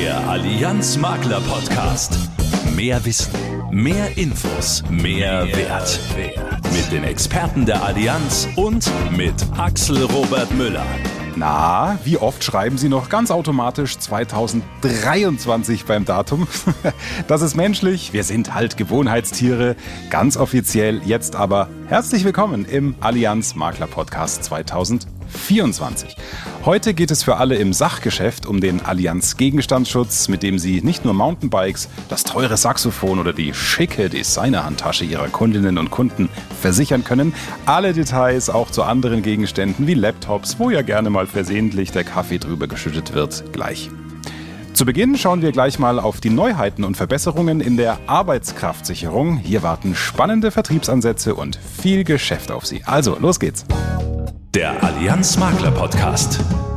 Der Allianz Makler Podcast. Mehr Wissen, mehr Infos, mehr Wert. Mit den Experten der Allianz und mit Axel Robert Müller. Na, wie oft schreiben Sie noch ganz automatisch 2023 beim Datum? Das ist menschlich, wir sind halt Gewohnheitstiere. Ganz offiziell jetzt aber herzlich willkommen im Allianz Makler Podcast 2024. Heute geht es für alle im Sachgeschäft um den Allianz Gegenstandsschutz, mit dem Sie nicht nur Mountainbikes, das teure Saxophon oder die schicke Designerhandtasche Ihrer Kundinnen und Kunden versichern können. Alle Details auch zu anderen Gegenständen wie Laptops, wo ja gerne mal versehentlich der Kaffee drüber geschüttet wird, gleich. Zu Beginn schauen wir gleich mal auf die Neuheiten und Verbesserungen in der Arbeitskraftsicherung. Hier warten spannende Vertriebsansätze und viel Geschäft auf Sie. Also, los geht's. Der Allianz Makler Podcast.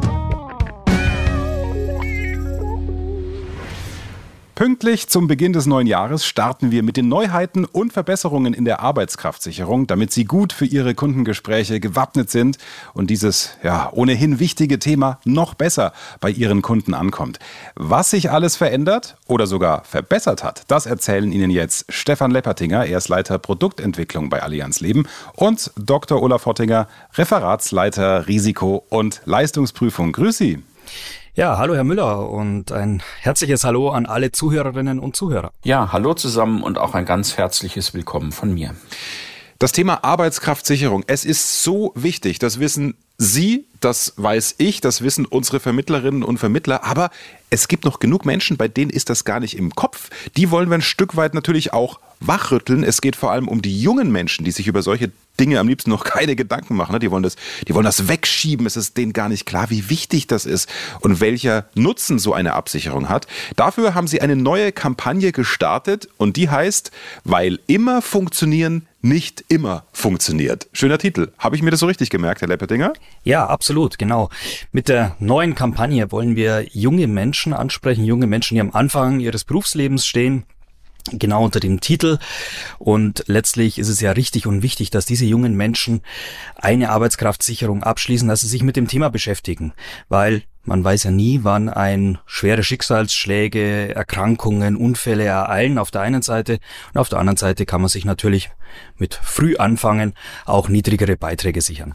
Pünktlich zum Beginn des neuen Jahres starten wir mit den Neuheiten und Verbesserungen in der Arbeitskraftsicherung, damit Sie gut für Ihre Kundengespräche gewappnet sind und dieses ohnehin wichtige Thema noch besser bei Ihren Kunden ankommt. Was sich alles verändert oder sogar verbessert hat, das erzählen Ihnen jetzt Stefan Leppertinger, er ist Leiter Produktentwicklung bei Allianz Leben, und Dr. Olaf Hottinger, Referatsleiter Risiko- und Leistungsprüfung. Grüß Sie. Ja, hallo Herr Müller und ein herzliches Hallo an alle Zuhörerinnen und Zuhörer. Ja, hallo zusammen und auch ein ganz herzliches Willkommen von mir. Das Thema Arbeitskraftsicherung, es ist so wichtig, das wissen Sie, das weiß ich, das wissen unsere Vermittlerinnen und Vermittler, aber es gibt noch genug Menschen, bei denen ist das gar nicht im Kopf. Die wollen wir ein Stück weit natürlich auch wachrütteln. Es geht vor allem um die jungen Menschen, die sich über solche Dinge am liebsten noch keine Gedanken machen. Die wollen das wegschieben. Es ist denen gar nicht klar, wie wichtig das ist und welcher Nutzen so eine Absicherung hat. Dafür haben sie eine neue Kampagne gestartet und die heißt, weil immer funktionieren nicht immer funktioniert. Schöner Titel. Habe ich mir das so richtig gemerkt, Herr Leppertinger? Ja, absolut, genau. Mit der neuen Kampagne wollen wir junge Menschen ansprechen, junge Menschen, die am Anfang ihres Berufslebens stehen, genau unter dem Titel. Und letztlich ist es ja richtig und wichtig, dass diese jungen Menschen eine Arbeitskraftsicherung abschließen, dass sie sich mit dem Thema beschäftigen, weil man weiß ja nie, wann ein schwere Schicksalsschläge, Erkrankungen, Unfälle ereilen auf der einen Seite, und auf der anderen Seite kann man sich natürlich mit früh anfangen auch niedrigere Beiträge sichern.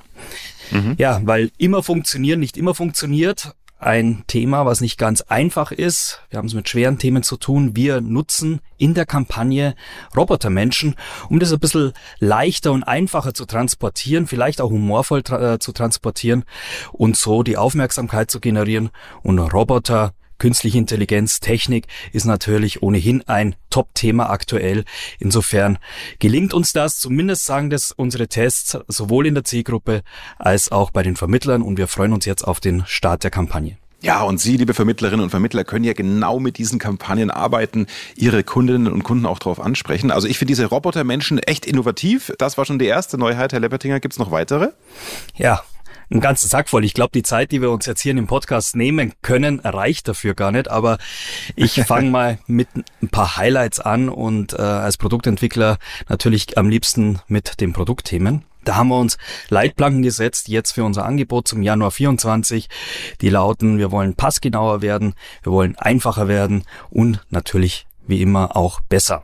Ja, weil immer funktionieren nicht immer funktioniert. Ein Thema, was nicht ganz einfach ist. Wir haben es mit schweren Themen zu tun. Wir nutzen in der Kampagne Robotermenschen, um das ein bisschen leichter und einfacher zu transportieren, vielleicht auch humorvoll zu transportieren und so die Aufmerksamkeit zu generieren. Und Roboter, künstliche Intelligenz, Technik ist natürlich ohnehin ein Top-Thema aktuell. Insofern gelingt uns das, zumindest sagen das unsere Tests, sowohl in der Zielgruppe als auch bei den Vermittlern, und wir freuen uns jetzt auf den Start der Kampagne. Ja, und Sie, liebe Vermittlerinnen und Vermittler, können ja genau mit diesen Kampagnen arbeiten, Ihre Kundinnen und Kunden auch darauf ansprechen. Also ich finde diese Robotermenschen echt innovativ. Das war schon die erste Neuheit, Herr Leppertinger. Gibt es noch weitere? Ja, einen ganzen Sack voll. Ich glaube, die Zeit, die wir uns jetzt hier in dem Podcast nehmen können, reicht dafür gar nicht. Aber ich fange mal mit ein paar Highlights an und als Produktentwickler natürlich am liebsten mit den Produktthemen. Da haben wir uns Leitplanken gesetzt, jetzt für unser Angebot zum Januar 24. Die lauten, wir wollen passgenauer werden, wir wollen einfacher werden und natürlich wie immer auch besser.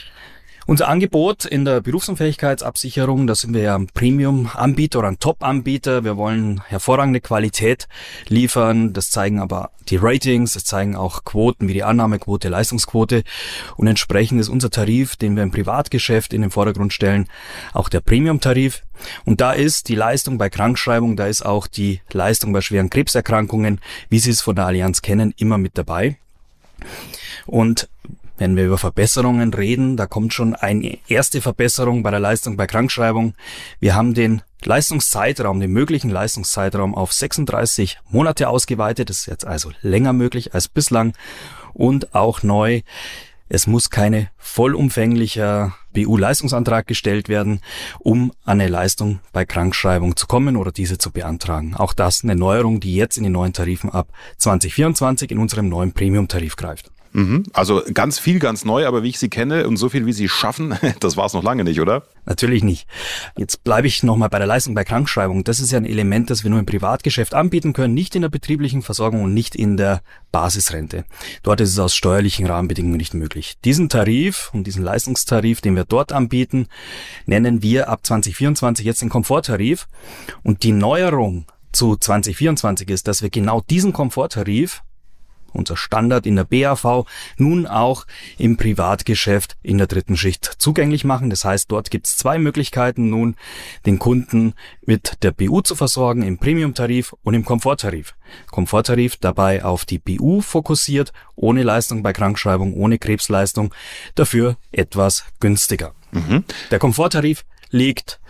Unser Angebot in der Berufsunfähigkeitsabsicherung, da sind wir ja ein Premium-Anbieter oder ein Top-Anbieter. Wir wollen hervorragende Qualität liefern. Das zeigen aber die Ratings, das zeigen auch Quoten wie die Annahmequote, Leistungsquote. Und entsprechend ist unser Tarif, den wir im Privatgeschäft in den Vordergrund stellen, auch der Premium-Tarif. Und da ist die Leistung bei Krankschreibung, da ist auch die Leistung bei schweren Krebserkrankungen, wie Sie es von der Allianz kennen, immer mit dabei. Und wenn wir über Verbesserungen reden, da kommt schon eine erste Verbesserung bei der Leistung bei Krankschreibung. Wir haben den Leistungszeitraum, den möglichen Leistungszeitraum auf 36 Monate ausgeweitet. Das ist jetzt also länger möglich als bislang. Und auch neu, es muss keine vollumfänglicher BU-Leistungsantrag gestellt werden, um an eine Leistung bei Krankschreibung zu kommen oder diese zu beantragen. Auch das eine Neuerung, die jetzt in den neuen Tarifen ab 2024 in unserem neuen Premium-Tarif greift. Also ganz viel, ganz neu, aber wie ich Sie kenne und so viel, wie Sie schaffen, das war es noch lange nicht, oder? Natürlich nicht. Jetzt bleibe ich nochmal bei der Leistung bei Krankschreibung. Das ist ja ein Element, das wir nur im Privatgeschäft anbieten können, nicht in der betrieblichen Versorgung und nicht in der Basisrente. Dort ist es aus steuerlichen Rahmenbedingungen nicht möglich. Diesen Tarif und diesen Leistungstarif, den wir dort anbieten, nennen wir ab 2024 jetzt den Komforttarif. Und die Neuerung zu 2024 ist, dass wir genau diesen Komforttarif, unser Standard in der BAV, nun auch im Privatgeschäft in der dritten Schicht zugänglich machen. Das heißt, dort gibt es zwei Möglichkeiten nun, den Kunden mit der BU zu versorgen, im Premium-Tarif und im Komforttarif. Komforttarif dabei auf die BU fokussiert, ohne Leistung bei Krankschreibung, ohne Krebsleistung, dafür etwas günstiger. Der Komforttarif liegt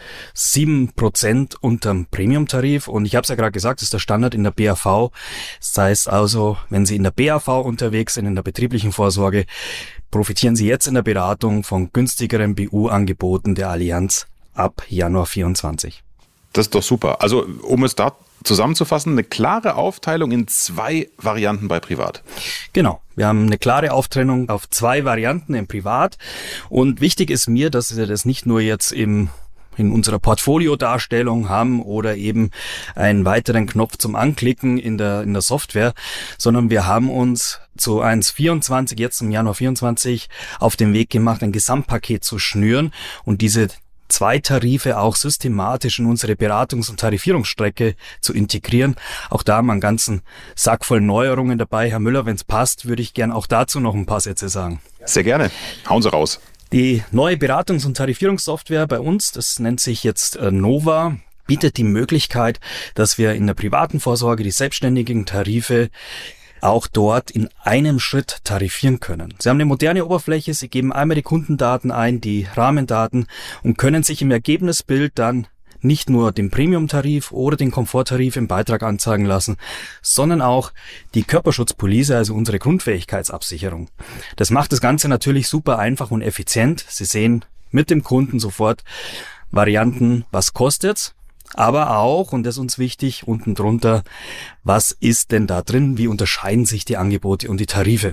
7% unterm Premium-Tarif und ich habe es ja gerade gesagt, das ist der Standard in der BAV. Das heißt also, wenn Sie in der BAV unterwegs sind, in der betrieblichen Vorsorge, profitieren Sie jetzt in der Beratung von günstigeren BU-Angeboten der Allianz ab Januar 24. Das ist doch super. Also um es da zusammenzufassen, eine klare Aufteilung in zwei Varianten bei Privat. Genau, wir haben eine klare Auftrennung auf zwei Varianten im Privat und wichtig ist mir, dass wir das nicht nur jetzt in unserer Portfoliodarstellung haben oder eben einen weiteren Knopf zum Anklicken in der Software, sondern wir haben uns zu 1.24, jetzt im Januar 24, auf den Weg gemacht, ein Gesamtpaket zu schnüren und diese zwei Tarife auch systematisch in unsere Beratungs- und Tarifierungsstrecke zu integrieren. Auch da haben wir einen ganzen Sack voll Neuerungen dabei. Herr Müller, wenn es passt, würde ich gern auch dazu noch ein paar Sätze sagen. Sehr gerne. Hauen Sie raus. Die neue Beratungs- und Tarifierungssoftware bei uns, das nennt sich jetzt Nova, bietet die Möglichkeit, dass wir in der privaten Vorsorge die selbstständigen Tarife auch dort in einem Schritt tarifieren können. Sie haben eine moderne Oberfläche, Sie geben einmal die Kundendaten ein, die Rahmendaten und können sich im Ergebnisbild dann nicht nur den Premium-Tarif oder den Komforttarif im Beitrag anzeigen lassen, sondern auch die Körperschutzpolice, also unsere Grundfähigkeitsabsicherung. Das macht das Ganze natürlich super einfach und effizient. Sie sehen mit dem Kunden sofort Varianten, was kostet's, aber auch, und das ist uns wichtig, unten drunter, was ist denn da drin, wie unterscheiden sich die Angebote und die Tarife.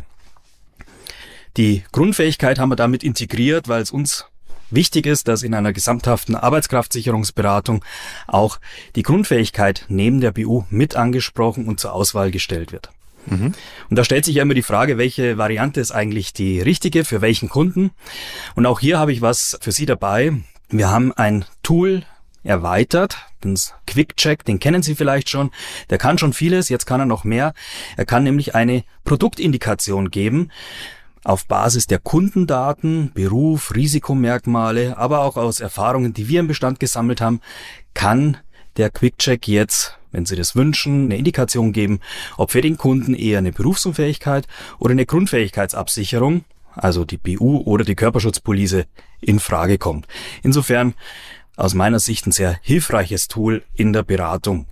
Die Grundfähigkeit haben wir damit integriert, weil es uns wichtig ist, dass in einer gesamthaften Arbeitskraftsicherungsberatung auch die Grundfähigkeit neben der BU mit angesprochen und zur Auswahl gestellt wird. Und da stellt sich ja immer die Frage, welche Variante ist eigentlich die richtige, für welchen Kunden? Und auch hier habe ich was für Sie dabei. Wir haben ein Tool erweitert, den Quick-Check, den kennen Sie vielleicht schon. Der kann schon vieles, jetzt kann er noch mehr. Er kann nämlich eine Produktindikation geben, auf Basis der Kundendaten, Beruf, Risikomerkmale, aber auch aus Erfahrungen, die wir im Bestand gesammelt haben, kann der Quick-Check jetzt, wenn Sie das wünschen, eine Indikation geben, ob für den Kunden eher eine Berufsunfähigkeit oder eine Grundfähigkeitsabsicherung, also die BU oder die Körperschutzpolice, in Frage kommt. Insofern aus meiner Sicht ein sehr hilfreiches Tool in der Beratung.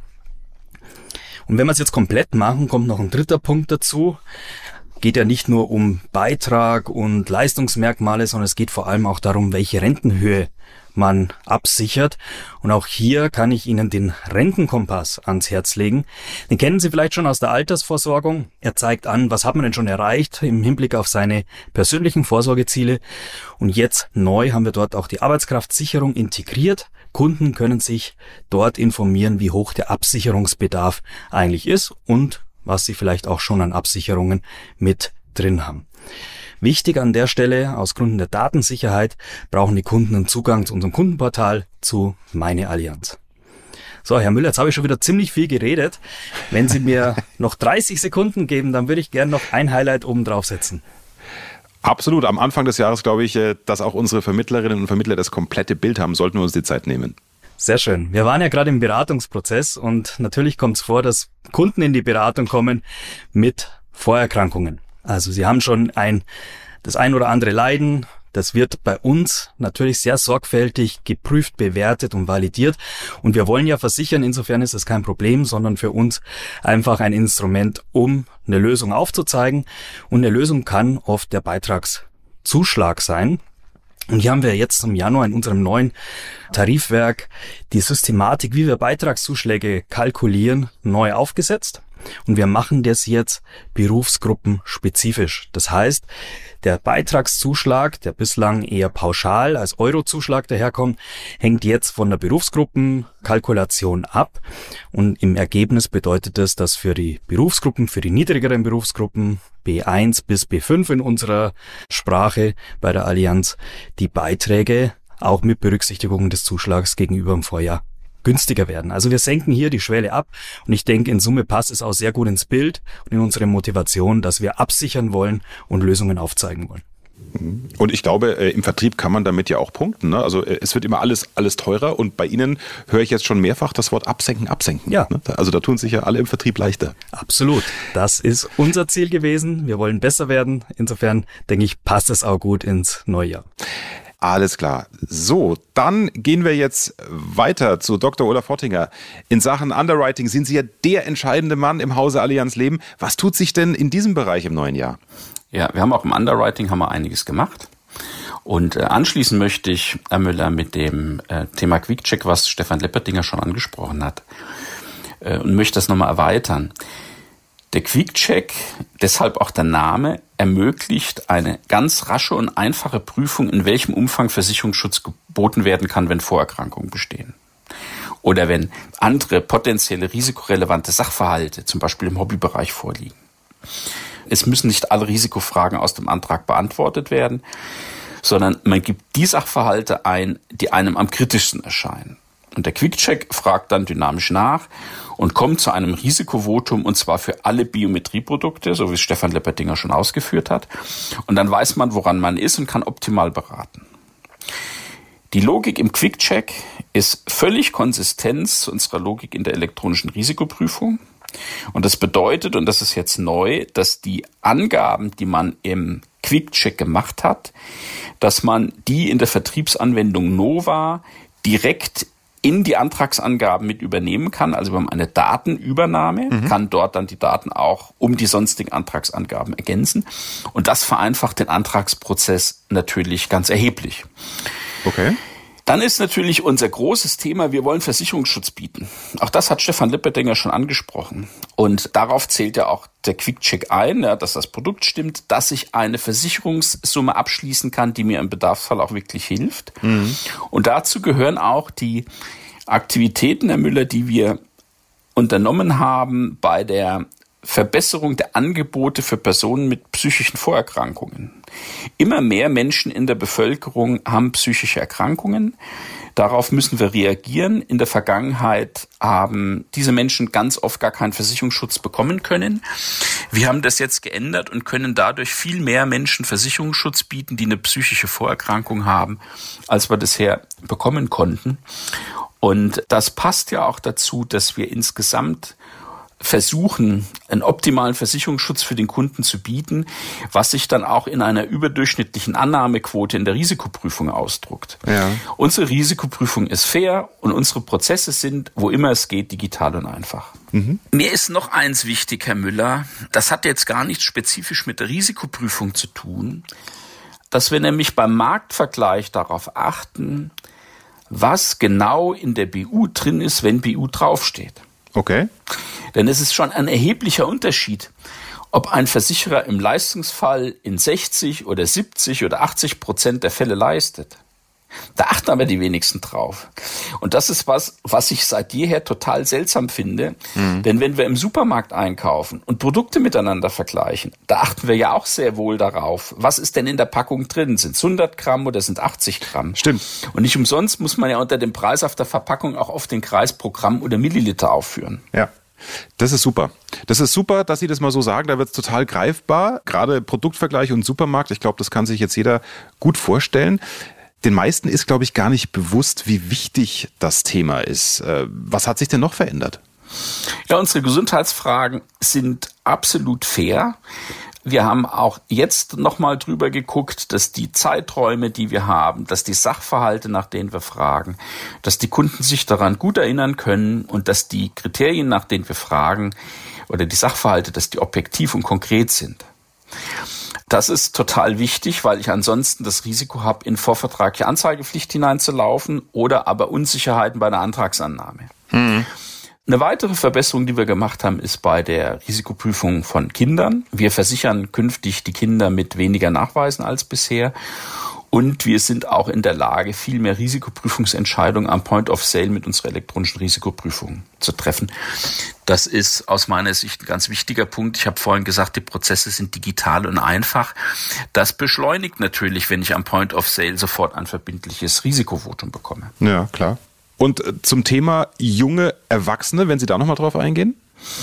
Und wenn wir es jetzt komplett machen, kommt noch ein dritter Punkt dazu. Geht ja nicht nur um Beitrag und Leistungsmerkmale, sondern es geht vor allem auch darum, welche Rentenhöhe man absichert. Und auch hier kann ich Ihnen den Rentenkompass ans Herz legen. Den kennen Sie vielleicht schon aus der Altersvorsorgung. Er zeigt an, was hat man denn schon erreicht im Hinblick auf seine persönlichen Vorsorgeziele. Und jetzt neu haben wir dort auch die Arbeitskraftsicherung integriert. Kunden können sich dort informieren, wie hoch der Absicherungsbedarf eigentlich ist und was sie vielleicht auch schon an Absicherungen mit drin haben. Wichtig an der Stelle, aus Gründen der Datensicherheit, brauchen die Kunden einen Zugang zu unserem Kundenportal, zu Meine Allianz. So, Herr Müller, jetzt habe ich schon wieder ziemlich viel geredet. Wenn Sie mir noch 30 Sekunden geben, dann würde ich gerne noch ein Highlight oben draufsetzen. Absolut. Am Anfang des Jahres glaube ich, dass auch unsere Vermittlerinnen und Vermittler das komplette Bild haben, sollten wir uns die Zeit nehmen. Sehr schön. Wir waren ja gerade im Beratungsprozess und natürlich kommt es vor, dass Kunden in die Beratung kommen mit Vorerkrankungen. Also sie haben schon das ein oder andere Leiden. Das wird bei uns natürlich sehr sorgfältig geprüft, bewertet und validiert. Und wir wollen ja versichern, insofern ist es kein Problem, sondern für uns einfach ein Instrument, um eine Lösung aufzuzeigen. Und eine Lösung kann oft der Beitragszuschlag sein. Und hier haben wir jetzt im Januar in unserem neuen Tarifwerk die Systematik, wie wir Beitragszuschläge kalkulieren, neu aufgesetzt. und wir machen das jetzt berufsgruppenspezifisch. Das heißt, der Beitragszuschlag, der bislang eher pauschal als Eurozuschlag daherkommt, hängt jetzt von der Berufsgruppenkalkulation ab. Und im Ergebnis bedeutet das, dass für die Berufsgruppen, für die niedrigeren Berufsgruppen, B1 bis B5 in unserer Sprache bei der Allianz, die Beiträge auch mit Berücksichtigung des Zuschlags gegenüber dem Vorjahr günstiger werden. Also wir senken hier die Schwelle ab und ich denke, in Summe passt es auch sehr gut ins Bild und in unsere Motivation, dass wir absichern wollen und Lösungen aufzeigen wollen. Und ich glaube, im Vertrieb kann man damit ja auch punkten, ne? Also es wird immer alles teurer und bei Ihnen höre ich jetzt schon mehrfach das Wort absenken. Ja. Ne? Also da tun sich ja alle im Vertrieb leichter. Absolut. Das ist unser Ziel gewesen. Wir wollen besser werden. Insofern denke ich, passt es auch gut ins neue Jahr. Alles klar. So, dann gehen wir jetzt weiter zu Dr. Olaf Hottinger. In Sachen Underwriting sind Sie ja der entscheidende Mann im Hause Allianz Leben. Was tut sich denn in diesem Bereich im neuen Jahr? Ja, wir haben auch im Underwriting einiges gemacht. Und anschließen möchte ich, Herr Müller, mit dem Thema Quick-Check, was Stefan Lepperdinger schon angesprochen hat. Und möchte das nochmal erweitern. Der Quick-Check, deshalb auch der Name, ermöglicht eine ganz rasche und einfache Prüfung, in welchem Umfang Versicherungsschutz geboten werden kann, wenn Vorerkrankungen bestehen. Oder wenn andere potenzielle risikorelevante Sachverhalte, zum Beispiel im Hobbybereich, vorliegen. Es müssen nicht alle Risikofragen aus dem Antrag beantwortet werden, sondern man gibt die Sachverhalte ein, die einem am kritischsten erscheinen. Und der Quick-Check fragt dann dynamisch nach und kommt zu einem Risikovotum, und zwar für alle Biometrieprodukte, so wie es Stefan Lepperdinger schon ausgeführt hat. Und dann weiß man, woran man ist und kann optimal beraten. Die Logik im Quick-Check ist völlig konsistent zu unserer Logik in der elektronischen Risikoprüfung. Und das bedeutet, und das ist jetzt neu, dass die Angaben, die man im Quick-Check gemacht hat, dass man die in der Vertriebsanwendung Nova direkt in die Antragsangaben mit übernehmen kann. Also wir haben eine Datenübernahme, kann dort dann die Daten auch um die sonstigen Antragsangaben ergänzen. Und das vereinfacht den Antragsprozess natürlich ganz erheblich. Okay. Dann ist natürlich unser großes Thema, wir wollen Versicherungsschutz bieten. Auch das hat Stefan Lepperdinger schon angesprochen. Und darauf zählt ja auch der Quick-Check ein, ja, dass das Produkt stimmt, dass ich eine Versicherungssumme abschließen kann, die mir im Bedarfsfall auch wirklich hilft. Und dazu gehören auch die Aktivitäten, Herr Müller, die wir unternommen haben bei der Verbesserung der Angebote für Personen mit psychischen Vorerkrankungen. Immer mehr Menschen in der Bevölkerung haben psychische Erkrankungen. Darauf müssen wir reagieren. In der Vergangenheit haben diese Menschen ganz oft gar keinen Versicherungsschutz bekommen können. Wir haben das jetzt geändert und können dadurch viel mehr Menschen Versicherungsschutz bieten, die eine psychische Vorerkrankung haben, als wir bisher bekommen konnten. Und das passt ja auch dazu, dass wir insgesamt versuchen, einen optimalen Versicherungsschutz für den Kunden zu bieten, was sich dann auch in einer überdurchschnittlichen Annahmequote in der Risikoprüfung ausdrückt. Ja. Unsere Risikoprüfung ist fair und unsere Prozesse sind, wo immer es geht, digital und einfach. Mir ist noch eins wichtig, Herr Müller, das hat jetzt gar nichts spezifisch mit der Risikoprüfung zu tun, dass wir nämlich beim Marktvergleich darauf achten, was genau in der BU drin ist, wenn BU draufsteht. Okay. Denn es ist schon ein erheblicher Unterschied, ob ein Versicherer im Leistungsfall in 60 oder 70 oder 80% der Fälle leistet. Da achten aber die wenigsten drauf. Und das ist was ich seit jeher total seltsam finde. Denn wenn wir im Supermarkt einkaufen und Produkte miteinander vergleichen, da achten wir ja auch sehr wohl darauf, was ist denn in der Packung drin? Sind es 100 Gramm oder sind 80 Gramm? Stimmt. Und nicht umsonst muss man ja unter dem Preis auf der Verpackung auch oft den Kreis pro Gramm oder Milliliter aufführen. Ja. Das ist super. Das ist super, dass Sie das mal so sagen. Da wird es total greifbar. Gerade Produktvergleich und Supermarkt. Ich glaube, das kann sich jetzt jeder gut vorstellen. Den meisten ist, glaube ich, gar nicht bewusst, wie wichtig das Thema ist. Was hat sich denn noch verändert? Ja, unsere Gesundheitsfragen sind absolut fair. Wir haben auch jetzt nochmal drüber geguckt, dass die Zeiträume, die wir haben, dass die Sachverhalte, nach denen wir fragen, dass die Kunden sich daran gut erinnern können und dass die Kriterien, nach denen wir fragen, oder die Sachverhalte, dass die objektiv und konkret sind. Das ist total wichtig, weil ich ansonsten das Risiko habe, in vorvertragliche Anzeigepflicht hineinzulaufen oder aber Unsicherheiten bei der Antragsannahme. Eine weitere Verbesserung, die wir gemacht haben, ist bei der Risikoprüfung von Kindern. Wir versichern künftig die Kinder mit weniger Nachweisen als bisher. Und wir sind auch in der Lage, viel mehr Risikoprüfungsentscheidungen am Point of Sale mit unserer elektronischen Risikoprüfung zu treffen. Das ist aus meiner Sicht ein ganz wichtiger Punkt. Ich habe vorhin gesagt, die Prozesse sind digital und einfach. Das beschleunigt natürlich, wenn ich am Point of Sale sofort ein verbindliches Risikovotum bekomme. Ja, klar. Und zum Thema junge Erwachsene, wenn Sie da nochmal drauf eingehen?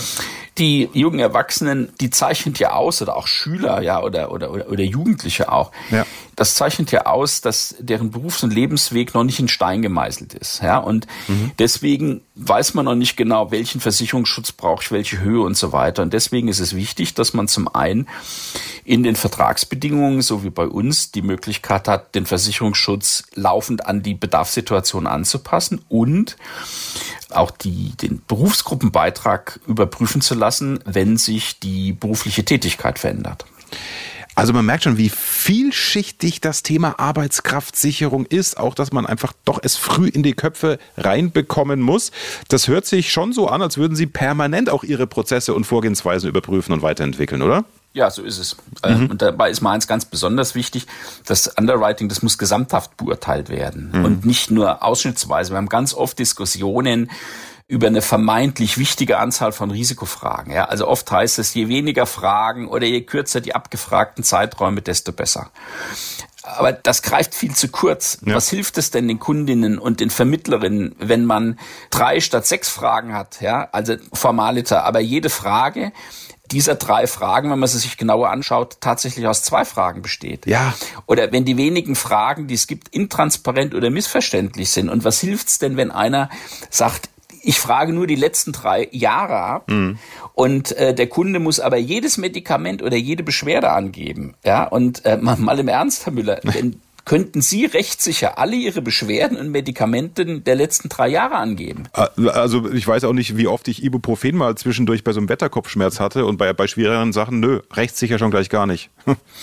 Die jungen Erwachsenen, die zeichnet ja aus, oder auch Schüler, ja, oder Jugendliche auch. Ja. Das zeichnet ja aus, dass deren Berufs- und Lebensweg noch nicht in Stein gemeißelt ist, ja. Und deswegen weiß man noch nicht genau, welchen Versicherungsschutz brauche ich, welche Höhe und so weiter. Und deswegen ist es wichtig, dass man zum einen in den Vertragsbedingungen, so wie bei uns, die Möglichkeit hat, den Versicherungsschutz laufend an die Bedarfssituation anzupassen und auch den Berufsgruppenbeitrag überprüfen zu lassen, wenn sich die berufliche Tätigkeit verändert. Also man merkt schon, wie vielschichtig das Thema Arbeitskraftsicherung ist, auch dass man einfach doch es früh in die Köpfe reinbekommen muss. Das hört sich schon so an, als würden Sie permanent auch Ihre Prozesse und Vorgehensweisen überprüfen und weiterentwickeln, oder? Ja, so ist es. Und dabei ist mir eins ganz besonders wichtig, das Underwriting, das muss gesamthaft beurteilt werden und nicht nur ausschnittsweise. Wir haben ganz oft Diskussionen über eine vermeintlich wichtige Anzahl von Risikofragen. Ja, also oft heißt es, je weniger Fragen oder je kürzer die abgefragten Zeiträume, desto besser. Aber das greift viel zu kurz. Ja. Was hilft es denn den Kundinnen und den Vermittlerinnen, wenn man 3 statt 6 Fragen hat? Ja, also Formaliter, aber jede Frage dieser 3 Fragen, wenn man sie sich genauer anschaut, tatsächlich aus 2 Fragen besteht. Ja. Oder wenn die wenigen Fragen, die es gibt, intransparent oder missverständlich sind. Und was hilft's denn, wenn einer sagt, ich frage nur die letzten 3 Jahre ab und der Kunde muss aber jedes Medikament oder jede Beschwerde angeben. Ja, und mal im Ernst, Herr Müller, denn könnten Sie rechtssicher alle Ihre Beschwerden und Medikamente der letzten 3 Jahre angeben? Also ich weiß auch nicht, wie oft ich Ibuprofen mal zwischendurch bei so einem Wetterkopfschmerz hatte und bei schwereren Sachen, rechtssicher schon gleich gar nicht.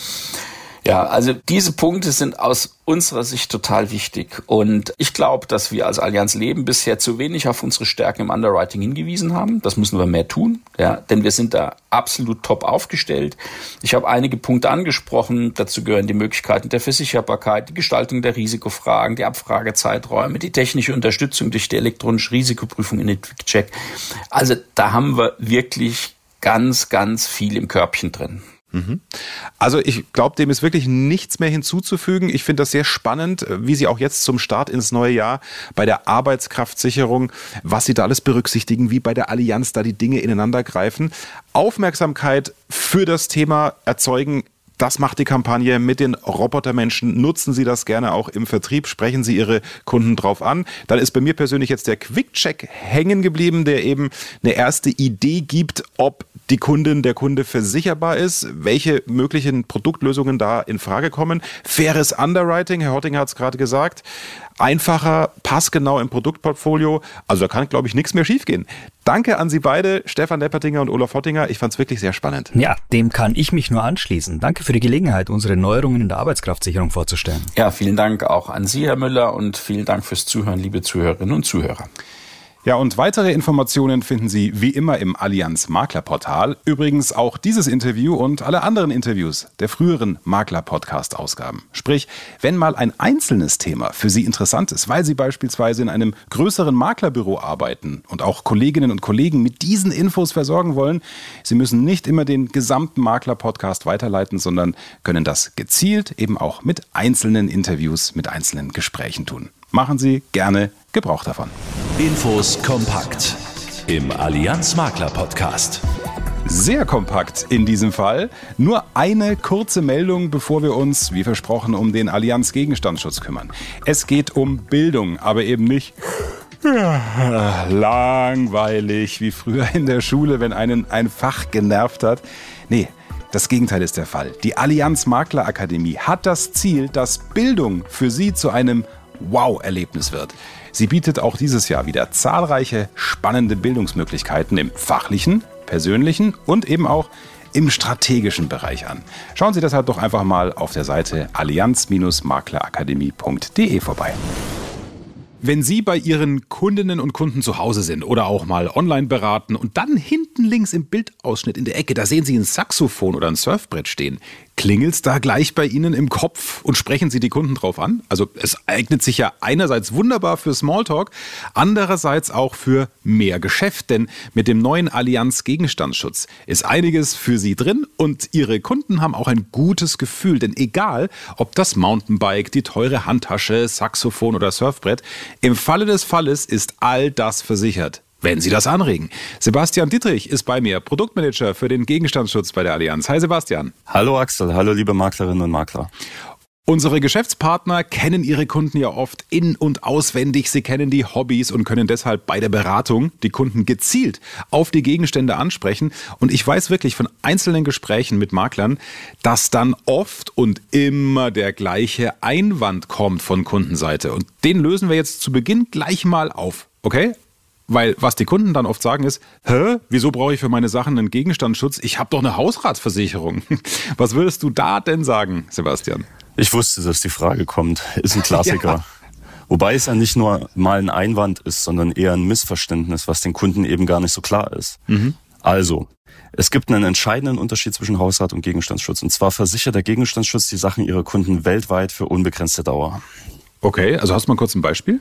Ja, also diese Punkte sind aus unserer Sicht total wichtig. Und ich glaube, dass wir als Allianz Leben bisher zu wenig auf unsere Stärken im Underwriting hingewiesen haben. Das müssen wir mehr tun, ja, denn wir sind da absolut top aufgestellt. Ich habe einige Punkte angesprochen. Dazu gehören die Möglichkeiten der Versicherbarkeit, die Gestaltung der Risikofragen, die Abfragezeiträume, die technische Unterstützung durch die elektronische Risikoprüfung in den QuickCheck. Also da haben wir wirklich ganz, ganz viel im Körbchen drin. Also ich glaube, dem ist wirklich nichts mehr hinzuzufügen. Ich finde das sehr spannend, wie Sie auch jetzt zum Start ins neue Jahr bei der Arbeitskraftsicherung, was Sie da alles berücksichtigen, wie bei der Allianz da die Dinge ineinander greifen. Aufmerksamkeit für das Thema erzeugen, das macht die Kampagne mit den Robotermenschen. Nutzen Sie das gerne auch im Vertrieb. Sprechen Sie Ihre Kunden drauf an. Dann ist bei mir persönlich jetzt der QuickCheck hängen geblieben, der eben eine erste Idee gibt, ob die Kundin, der Kunde versicherbar ist, welche möglichen Produktlösungen da in Frage kommen. Faires Underwriting, Herr Hottinger hat es gerade gesagt. Einfacher, passgenau im Produktportfolio. Also da kann, glaube ich, nichts mehr schiefgehen. Danke an Sie beide, Stefan Leppertinger und Olaf Hottinger. Ich fand es wirklich sehr spannend. Ja, dem kann ich mich nur anschließen. Danke für die Gelegenheit, unsere Neuerungen in der Arbeitskraftsicherung vorzustellen. Ja, vielen Dank auch an Sie, Herr Müller, und vielen Dank fürs Zuhören, liebe Zuhörerinnen und Zuhörer. Ja, und weitere Informationen finden Sie wie immer im Allianz Maklerportal. Übrigens auch dieses Interview und alle anderen Interviews der früheren Makler-Podcast-Ausgaben. Sprich, wenn mal ein einzelnes Thema für Sie interessant ist, weil Sie beispielsweise in einem größeren Maklerbüro arbeiten und auch Kolleginnen und Kollegen mit diesen Infos versorgen wollen, Sie müssen nicht immer den gesamten Makler-Podcast weiterleiten, sondern können das gezielt eben auch mit einzelnen Interviews, mit einzelnen Gesprächen tun. Machen Sie gerne Gebrauch davon. Infos kompakt im Allianz Makler Podcast. Sehr kompakt in diesem Fall. Nur eine kurze Meldung, bevor wir uns, wie versprochen, um den Allianz Gegenstandsschutz kümmern. Es geht um Bildung, aber eben nicht langweilig wie früher in der Schule, wenn einen ein Fach genervt hat. Nee, das Gegenteil ist der Fall. Die Allianz Makler Akademie hat das Ziel, dass Bildung für Sie zu einem Wow-Erlebnis wird. Sie bietet auch dieses Jahr wieder zahlreiche spannende Bildungsmöglichkeiten im fachlichen, persönlichen und eben auch im strategischen Bereich an. Schauen Sie deshalb doch einfach mal auf der Seite allianz-maklerakademie.de vorbei. Wenn Sie bei Ihren Kundinnen und Kunden zu Hause sind oder auch mal online beraten und dann hinten links im Bildausschnitt in der Ecke, da sehen Sie ein Saxophon oder ein Surfbrett stehen, klingelt's da gleich bei Ihnen im Kopf und sprechen Sie die Kunden drauf an? Also es eignet sich ja einerseits wunderbar für Smalltalk, andererseits auch für mehr Geschäft, denn mit dem neuen Allianz Gegenstandsschutz ist einiges für Sie drin und Ihre Kunden haben auch ein gutes Gefühl, denn egal, ob das Mountainbike, die teure Handtasche, Saxophon oder Surfbrett, im Falle des Falles ist all das versichert, wenn Sie das anregen. Sebastian Dietrich ist bei mir, Produktmanager für den Gegenstandsschutz bei der Allianz. Hi Sebastian. Hallo Axel, hallo liebe Maklerinnen und Makler. Unsere Geschäftspartner kennen ihre Kunden ja oft in- und auswendig. Sie kennen die Hobbys und können deshalb bei der Beratung die Kunden gezielt auf die Gegenstände ansprechen. Und ich weiß wirklich von einzelnen Gesprächen mit Maklern, dass dann oft und immer der gleiche Einwand kommt von Kundenseite. Und den lösen wir jetzt zu Beginn gleich mal auf. Okay? Weil was die Kunden dann oft sagen ist, wieso brauche ich für meine Sachen einen Gegenstandsschutz? Ich habe doch eine Hausratsversicherung. Was würdest du da denn sagen, Sebastian? Ich wusste, dass die Frage kommt. Ist ein Klassiker. Ja. Wobei es ja nicht nur mal ein Einwand ist, sondern eher ein Missverständnis, was den Kunden eben gar nicht so klar ist. Also, es gibt einen entscheidenden Unterschied zwischen Hausrat und Gegenstandsschutz. Und zwar versichert der Gegenstandsschutz die Sachen ihrer Kunden weltweit für unbegrenzte Dauer. Okay, also hast du mal kurz ein Beispiel?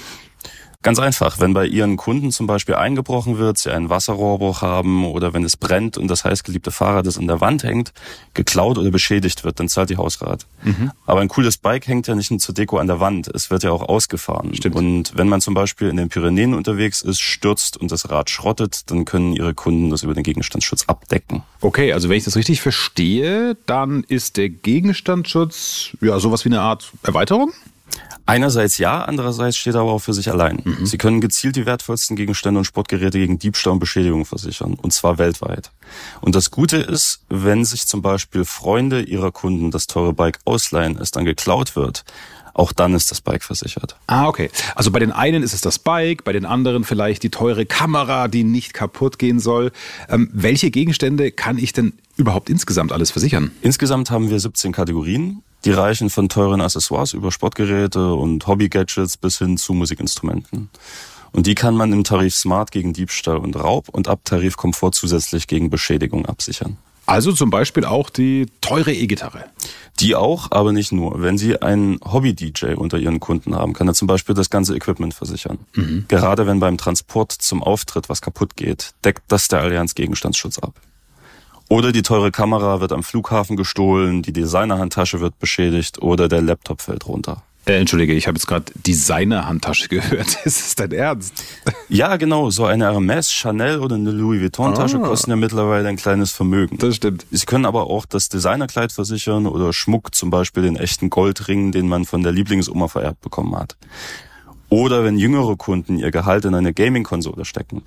Ganz einfach, wenn bei Ihren Kunden zum Beispiel eingebrochen wird, Sie einen Wasserrohrbruch haben oder wenn es brennt und das heißgeliebte Fahrrad, das an der Wand hängt, geklaut oder beschädigt wird, dann zahlt die Hausrat. Aber ein cooles Bike hängt ja nicht nur zur Deko an der Wand, es wird ja auch ausgefahren. Stimmt. Und wenn man zum Beispiel in den Pyrenäen unterwegs ist, stürzt und das Rad schrottet, dann können Ihre Kunden das über den Gegenstandsschutz abdecken. Okay, also wenn ich das richtig verstehe, dann ist der Gegenstandsschutz ja sowas wie eine Art Erweiterung? Einerseits ja, andererseits steht er aber auch für sich allein. Sie können gezielt die wertvollsten Gegenstände und Sportgeräte gegen Diebstahl und Beschädigung versichern, und zwar weltweit. Und das Gute ist, wenn sich zum Beispiel Freunde ihrer Kunden das teure Bike ausleihen, es dann geklaut wird, auch dann ist das Bike versichert. Ah, okay. Also bei den einen ist es das Bike, bei den anderen vielleicht die teure Kamera, die nicht kaputt gehen soll. Welche Gegenstände kann ich denn überhaupt insgesamt alles versichern? Insgesamt haben wir 17 Kategorien. Die reichen von teuren Accessoires über Sportgeräte und Hobby-Gadgets bis hin zu Musikinstrumenten. Und die kann man im Tarif Smart gegen Diebstahl und Raub und ab Tarif Komfort zusätzlich gegen Beschädigung absichern. Also zum Beispiel auch die teure E-Gitarre? Die auch, aber nicht nur. Wenn Sie einen Hobby-DJ unter Ihren Kunden haben, kann er zum Beispiel das ganze Equipment versichern. Gerade wenn beim Transport zum Auftritt was kaputt geht, deckt das der Allianz Gegenstandsschutz ab. Oder die teure Kamera wird am Flughafen gestohlen, die Designer-Handtasche wird beschädigt oder der Laptop fällt runter. Entschuldige, ich habe jetzt gerade Designer-Handtasche gehört. Ist das dein Ernst? Ja, genau. So eine Hermes, Chanel oder eine Louis Vuitton-Tasche kosten ja mittlerweile ein kleines Vermögen. Das stimmt. Sie können aber auch das Designerkleid versichern oder Schmuck, zum Beispiel den echten Goldring, den man von der Lieblingsoma vererbt bekommen hat. Oder wenn jüngere Kunden ihr Gehalt in eine Gaming-Konsole stecken.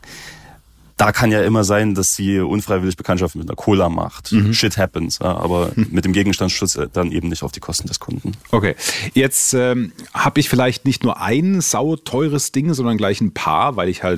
Da kann ja immer sein, dass sie unfreiwillig Bekanntschaft mit einer Cola macht. Shit happens. Ja, aber mit dem Gegenstandsschutz dann eben nicht auf die Kosten des Kunden. Okay, jetzt habe ich vielleicht nicht nur ein sauteures Ding, sondern gleich ein paar, weil ich halt...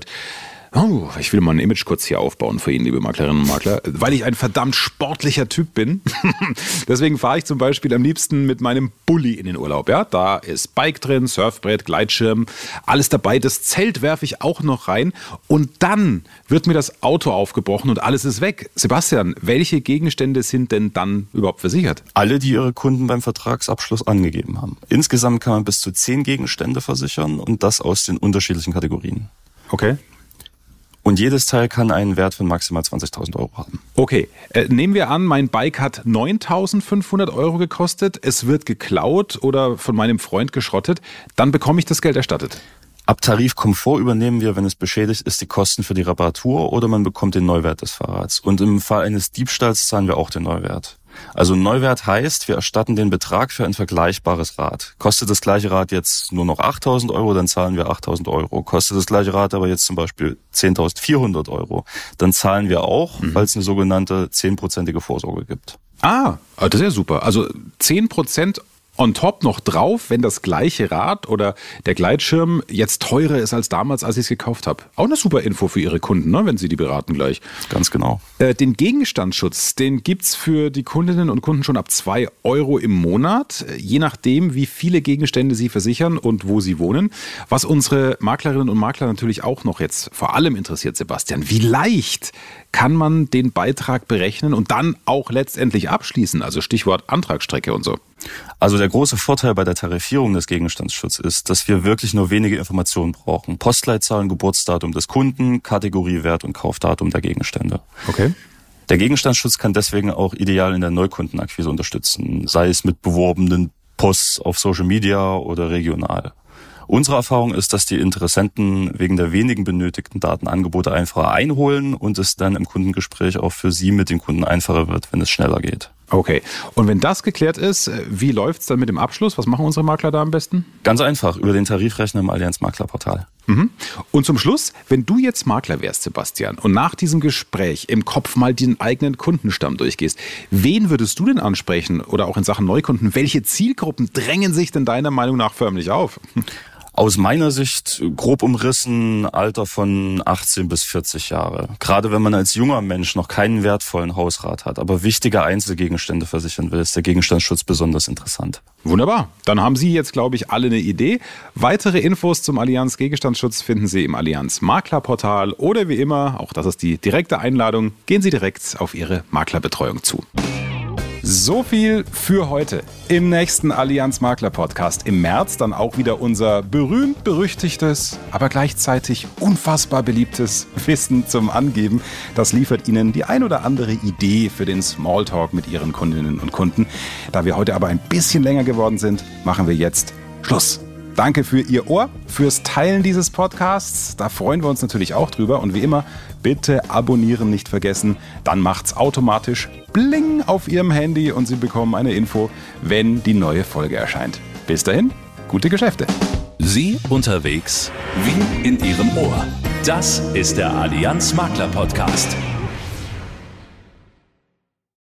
ich will mal ein Image kurz hier aufbauen für Ihnen, liebe Maklerinnen und Makler, weil ich ein verdammt sportlicher Typ bin. Deswegen fahre ich zum Beispiel am liebsten mit meinem Bulli in den Urlaub. Ja, da ist Bike drin, Surfbrett, Gleitschirm, alles dabei. Das Zelt werfe ich auch noch rein und dann wird mir das Auto aufgebrochen und alles ist weg. Sebastian, welche Gegenstände sind denn dann überhaupt versichert? Alle, die Ihre Kunden beim Vertragsabschluss angegeben haben. Insgesamt kann man bis zu 10 Gegenstände versichern und das aus den unterschiedlichen Kategorien. Okay. Und jedes Teil kann einen Wert von maximal 20.000 Euro haben. Okay, nehmen wir an, mein Bike hat 9.500 Euro gekostet, es wird geklaut oder von meinem Freund geschrottet, dann bekomme ich das Geld erstattet. Ab Tarif Komfort übernehmen wir, wenn es beschädigt ist, die Kosten für die Reparatur oder man bekommt den Neuwert des Fahrrads. Und im Fall eines Diebstahls zahlen wir auch den Neuwert. Also Neuwert heißt, wir erstatten den Betrag für ein vergleichbares Rad. Kostet das gleiche Rad jetzt nur noch 8.000 Euro, dann zahlen wir 8.000 Euro. Kostet das gleiche Rad aber jetzt zum Beispiel 10.400 Euro, dann zahlen wir auch, weil es eine sogenannte 10%ige Vorsorge gibt. Ah, das ist ja super. Also 10% on top noch drauf, wenn das gleiche Rad oder der Gleitschirm jetzt teurer ist als damals, als ich es gekauft habe. Auch eine super Info für Ihre Kunden, ne, wenn Sie die beraten gleich. Ganz genau. Den Gegenstandsschutz, den gibt's für die Kundinnen und Kunden schon ab 2 € im Monat, je nachdem, wie viele Gegenstände Sie versichern und wo Sie wohnen. Was unsere Maklerinnen und Makler natürlich auch noch jetzt vor allem interessiert, Sebastian, wie leicht kann man den Beitrag berechnen und dann auch letztendlich abschließen? Also Stichwort Antragsstrecke und so. Also der große Vorteil bei der Tarifierung des Gegenstandsschutzes ist, dass wir wirklich nur wenige Informationen brauchen. Postleitzahlen, Geburtsdatum des Kunden, Kategorie, Wert und Kaufdatum der Gegenstände. Okay. Der Gegenstandsschutz kann deswegen auch ideal in der Neukundenakquise unterstützen, sei es mit beworbenen Posts auf Social Media oder regional. Unsere Erfahrung ist, dass die Interessenten wegen der wenigen benötigten Datenangebote einfacher einholen und es dann im Kundengespräch auch für Sie mit dem Kunden einfacher wird, wenn es schneller geht. Okay. Und wenn das geklärt ist, wie läuft's dann mit dem Abschluss? Was machen unsere Makler da am besten? Ganz einfach, über den Tarifrechner im Allianz Maklerportal. Mhm. Und zum Schluss, wenn du jetzt Makler wärst, Sebastian, und nach diesem Gespräch im Kopf mal den eigenen Kundenstamm durchgehst, wen würdest du denn ansprechen oder auch in Sachen Neukunden? Welche Zielgruppen drängen sich denn deiner Meinung nach förmlich auf? Aus meiner Sicht grob umrissen Alter von 18 bis 40 Jahre. Gerade wenn man als junger Mensch noch keinen wertvollen Hausrat hat, aber wichtige Einzelgegenstände versichern will, ist der Gegenstandsschutz besonders interessant. Wunderbar. Dann haben Sie jetzt, glaube ich, alle eine Idee. Weitere Infos zum Allianz Gegenstandsschutz finden Sie im Allianz Maklerportal oder wie immer, auch das ist die direkte Einladung, gehen Sie direkt auf Ihre Maklerbetreuung zu. So viel für heute. Im nächsten Allianz Makler Podcast im März dann auch wieder unser berühmt-berüchtigtes, aber gleichzeitig unfassbar beliebtes Wissen zum Angeben. Das liefert Ihnen die ein oder andere Idee für den Smalltalk mit Ihren Kundinnen und Kunden. Da wir heute aber ein bisschen länger geworden sind, machen wir jetzt Schluss. Danke für Ihr Ohr, fürs Teilen dieses Podcasts. Da freuen wir uns natürlich auch drüber. Und wie immer, bitte abonnieren nicht vergessen. Dann macht's automatisch Bling auf Ihrem Handy und Sie bekommen eine Info, wenn die neue Folge erscheint. Bis dahin, gute Geschäfte. Sie unterwegs wie in Ihrem Ohr. Das ist der Allianz Makler Podcast.